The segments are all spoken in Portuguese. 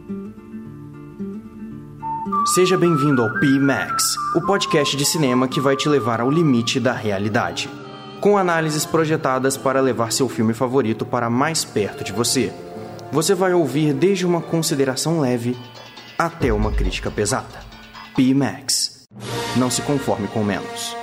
Seja bem-vindo ao PMax, o podcast de cinema que vai te levar ao limite da realidade, com análises projetadas para levar seu filme favorito para mais perto de você. Você vai ouvir desde uma consideração leve até uma crítica pesada. PMax. Não se conforme com menos.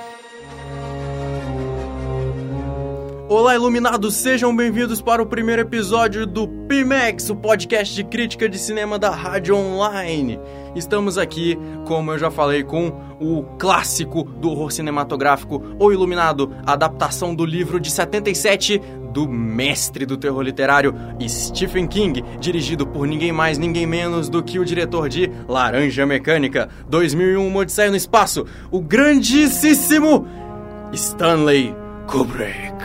Olá, iluminados! Sejam bem-vindos para o primeiro episódio do PMax, o podcast de crítica de cinema da Rádio Online. Estamos aqui, como eu já falei, com o clássico do horror cinematográfico, O Iluminado, adaptação do livro de 77 do mestre do terror literário, Stephen King, dirigido por ninguém mais, ninguém menos do que o diretor de Laranja Mecânica, 2001, Uma Odisseia no Espaço, o grandíssimo Stanley Kubrick.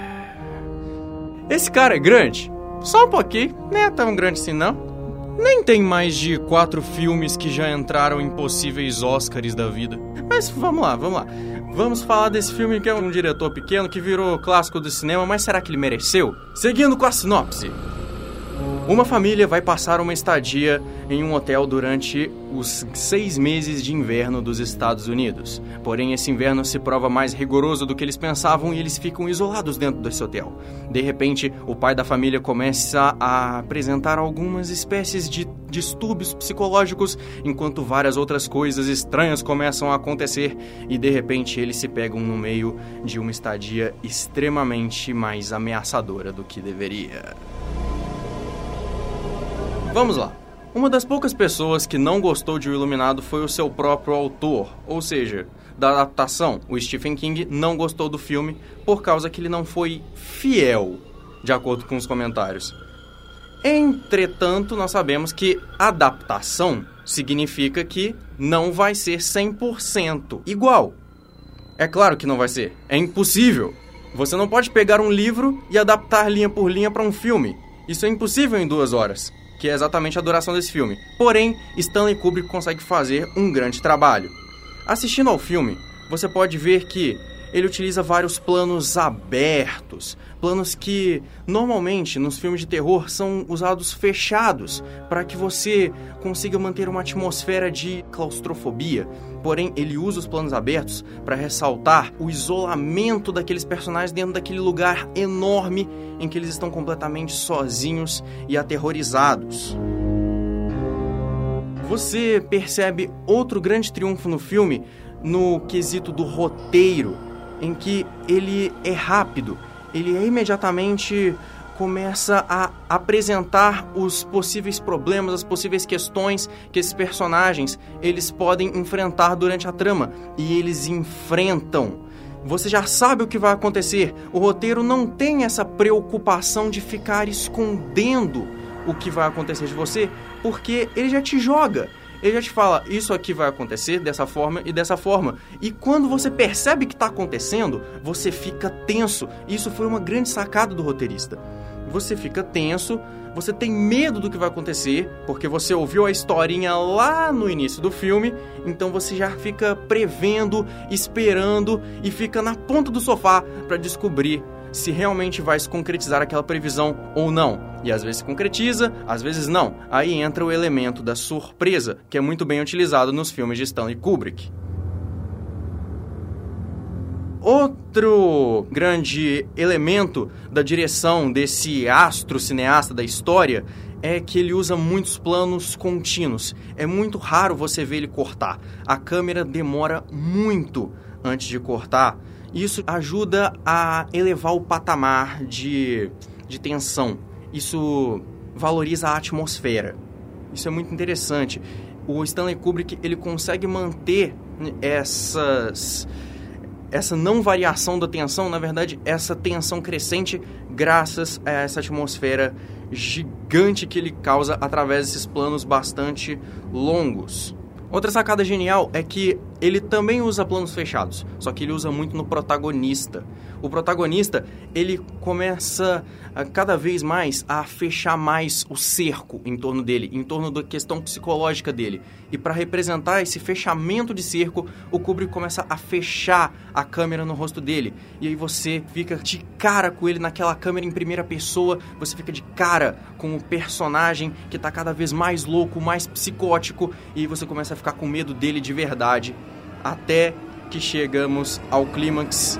Esse cara é grande? Só um pouquinho, não é tão grande assim não. Nem tem mais de 4 filmes que já entraram em possíveis Oscars da vida. Mas vamos lá. Vamos falar desse filme que é um diretor pequeno que virou clássico do cinema, mas será que ele mereceu? Seguindo com a sinopse. Uma família vai passar uma estadia em um hotel durante os 6 meses de inverno dos Estados Unidos. Porém, esse inverno se prova mais rigoroso do que eles pensavam e eles ficam isolados dentro desse hotel. De repente, o pai da família começa a apresentar algumas espécies de distúrbios psicológicos, enquanto várias outras coisas estranhas começam a acontecer e, de repente, eles se pegam no meio de uma estadia extremamente mais ameaçadora do que deveria. Vamos lá. Uma das poucas pessoas que não gostou de O Iluminado foi o seu próprio autor, ou seja, da adaptação. O Stephen King não gostou do filme por causa que ele não foi fiel, de acordo com os comentários. Entretanto, nós sabemos que adaptação significa que não vai ser 100% igual. É claro que não vai ser. É impossível. Você não pode pegar um livro e adaptar linha por linha para um filme. Isso é impossível em 2 horas. Que é exatamente a duração desse filme. Porém, Stanley Kubrick consegue fazer um grande trabalho. Assistindo ao filme, você pode ver que ele utiliza vários planos abertos, planos que normalmente nos filmes de terror são usados fechados, para que você consiga manter uma atmosfera de claustrofobia. Porém, ele usa os planos abertos para ressaltar o isolamento daqueles personagens dentro daquele lugar enorme em que eles estão completamente sozinhos e aterrorizados. Você percebe outro grande triunfo no filme no quesito do roteiro, em que ele é rápido, ele imediatamente começa a apresentar os possíveis problemas, as possíveis questões que esses personagens eles podem enfrentar durante a trama, e eles enfrentam. Você já sabe o que vai acontecer. O roteiro não tem essa preocupação de ficar escondendo o que vai acontecer de você, porque ele já te joga. Ele já te fala, isso aqui vai acontecer dessa forma e dessa forma. E quando você percebe que está acontecendo, você fica tenso. Isso foi uma grande sacada do roteirista. Você fica tenso, você tem medo do que vai acontecer, porque você ouviu a historinha lá no início do filme, então você já fica prevendo, esperando e fica na ponta do sofá para descobrir se realmente vai se concretizar aquela previsão ou não. E às vezes se concretiza, às vezes não. Aí entra o elemento da surpresa, que é muito bem utilizado nos filmes de Stanley Kubrick. Outro grande elemento da direção desse astro cineasta da história é que ele usa muitos planos contínuos. É muito raro você ver ele cortar. A câmera demora muito antes de cortar. Isso ajuda a elevar o patamar de tensão. Isso valoriza a atmosfera. Isso é muito interessante. O Stanley Kubrick ele consegue manter essa não variação da tensão, na verdade, essa tensão crescente, graças a essa atmosfera gigante que ele causa através desses planos bastante longos. Outra sacada genial é que ele também usa planos fechados, só que ele usa muito no protagonista. O protagonista, ele começa cada vez mais a fechar mais o cerco em torno dele, em torno da questão psicológica dele. E para representar esse fechamento de cerco, o Kubrick começa a fechar a câmera no rosto dele. E aí você fica de cara com ele naquela câmera em primeira pessoa, você fica de cara com o personagem que tá cada vez mais louco, mais psicótico, e você começa a ficar com medo dele de verdade, até que chegamos ao clímax,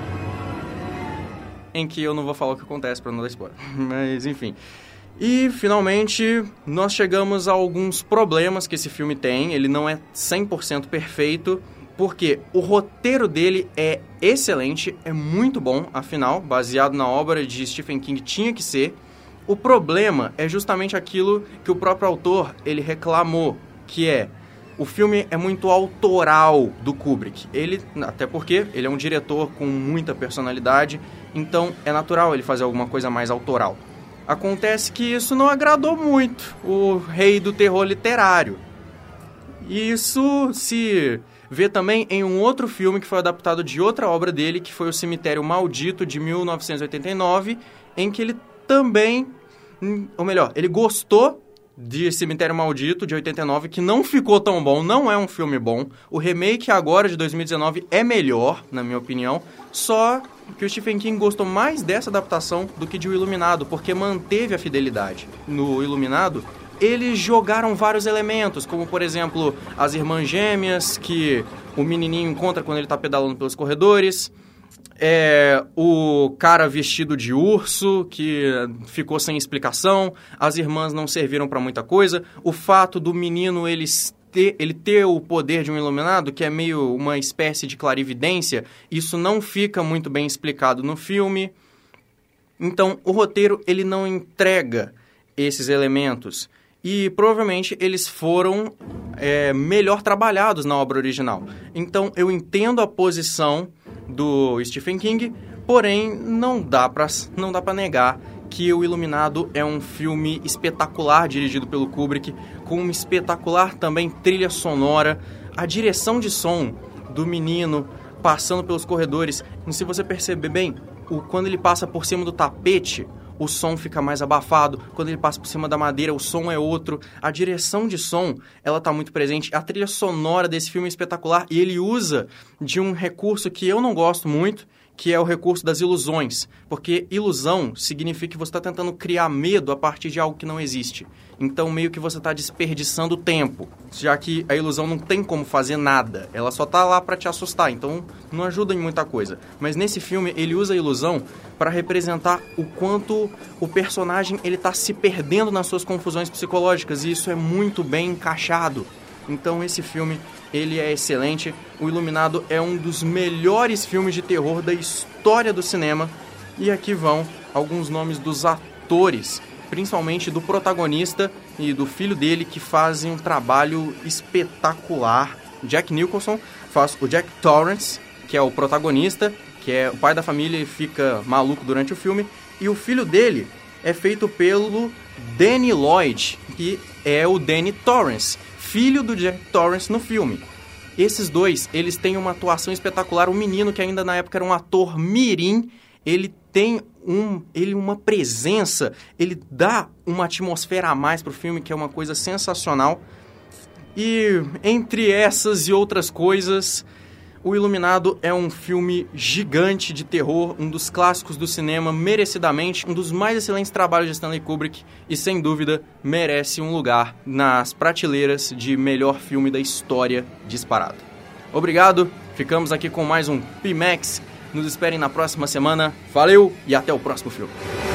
em que eu não vou falar o que acontece para não dar spoiler, mas enfim. E, finalmente, nós chegamos a alguns problemas que esse filme tem. Ele não é 100% perfeito, porque o roteiro dele é excelente, é muito bom, afinal, baseado na obra de Stephen King, tinha que ser. O problema é justamente aquilo que o próprio autor, ele reclamou, que é: o filme é muito autoral do Kubrick. Ele, até porque ele é um diretor com muita personalidade, então é natural ele fazer alguma coisa mais autoral. Acontece que isso não agradou muito o rei do terror literário. E isso se vê também em um outro filme que foi adaptado de outra obra dele, que foi O Cemitério Maldito, de 1989, em que ele também, ou melhor, ele gostou de Cemitério Maldito, de 89, que não ficou tão bom, não é um filme bom. O remake agora, de 2019, é melhor, na minha opinião, só que o Stephen King gostou mais dessa adaptação do que de O Iluminado, porque manteve a fidelidade. No Iluminado, eles jogaram vários elementos, como, por exemplo, as irmãs gêmeas que o menininho encontra quando ele está pedalando pelos corredores, o cara vestido de urso, que ficou sem explicação, as irmãs não serviram para muita coisa, o fato do menino ele ter o poder de um iluminado, que é meio uma espécie de clarividência, isso não fica muito bem explicado no filme. Então, o roteiro ele não entrega esses elementos. E provavelmente eles foram melhor trabalhados na obra original. Então, eu entendo a posição do Stephen King, porém não dá pra negar que O Iluminado é um filme espetacular dirigido pelo Kubrick, com uma espetacular também trilha sonora, a direção de som do menino passando pelos corredores. E se você perceber bem, quando ele passa por cima do tapete, o som fica mais abafado. Quando ele passa por cima da madeira, o som é outro. A direção de som, ela tá muito presente. A trilha sonora desse filme é espetacular e ele usa de um recurso que eu não gosto muito, que é o recurso das ilusões. Porque ilusão significa que você está tentando criar medo a partir de algo que não existe. Então, meio que você está desperdiçando tempo, já que a ilusão não tem como fazer nada. Ela só está lá para te assustar, então não ajuda em muita coisa. Mas nesse filme, ele usa a ilusão para representar o quanto o personagem ele está se perdendo nas suas confusões psicológicas, e isso é muito bem encaixado. Então esse filme, ele é excelente. O Iluminado é um dos melhores filmes de terror da história do cinema. E aqui vão alguns nomes dos atores, principalmente do protagonista e do filho dele, que fazem um trabalho espetacular. Jack Nicholson faz o Jack Torrance, que é o protagonista, que é o pai da família e fica maluco durante o filme. E o filho dele é feito pelo Danny Lloyd, que é o Danny Torrance, filho do Jack Torrance no filme. Esses dois, eles têm uma atuação espetacular. O menino, que ainda na época era um ator mirim, ele tem uma presença, ele dá uma atmosfera a mais pro filme, que é uma coisa sensacional. E entre essas e outras coisas, O Iluminado é um filme gigante de terror, um dos clássicos do cinema, merecidamente, um dos mais excelentes trabalhos de Stanley Kubrick e, sem dúvida, merece um lugar nas prateleiras de melhor filme da história disparado. Obrigado, ficamos aqui com mais um Pimax. Nos esperem na próxima semana. Valeu e até o próximo filme.